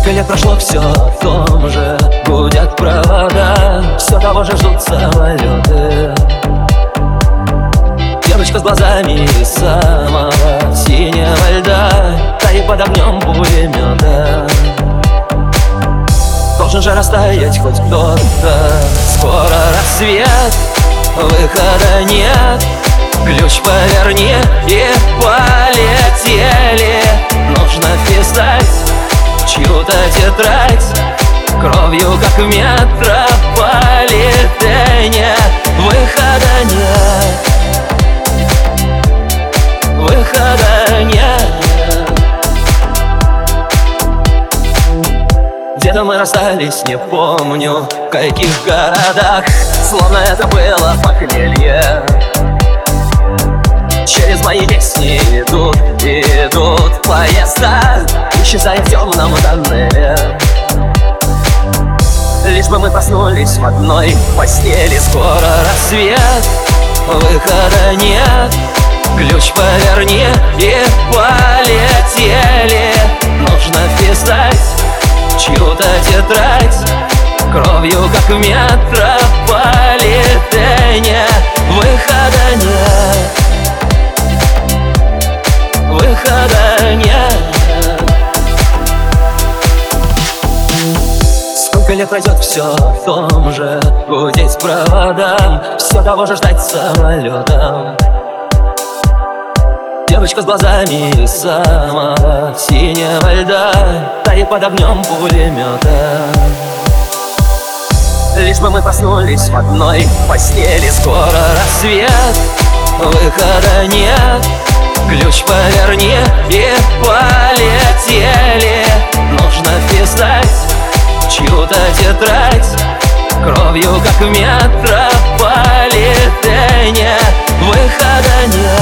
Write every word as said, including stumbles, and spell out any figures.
Сколько лет прошло, все о том же. Гудят провода, все того же ждут самолеты. Девочка с глазами самого синего льда таит под огнем пулемета. Должен же растаять хоть кто-то. Скоро рассвет, выхода нет. Ключ поверни и полетели. Нужно писать чью-то тетрадь кровью, как в метрополитене. Выхода нет, выхода нет. Где-то мы расстались, не помню в каких городах. Словно это было похмелье. Через мои песни идут, идут поезда, исчезая в темном тоннеле. Лишь бы мы проснулись в одной постели. Скоро рассвет, выхода нет. Ключ поверни и полетели. Нужно писать чью-то тетрадь кровью, как в метрополитене. Выхода нет, выхода нет. Сколько лет пройдет, все о том же. Гудеть проводам, все того же ждать самолетом. Девочка с глазами самого синего льда таит под огнем пулемета. Лишь бы мы проснулись в одной постели. Скоро рассвет, выхода нет. Ключ поверни и полетели. Нужно писать чью-то тетрадь кровью, как в метрополитене. Выхода нет,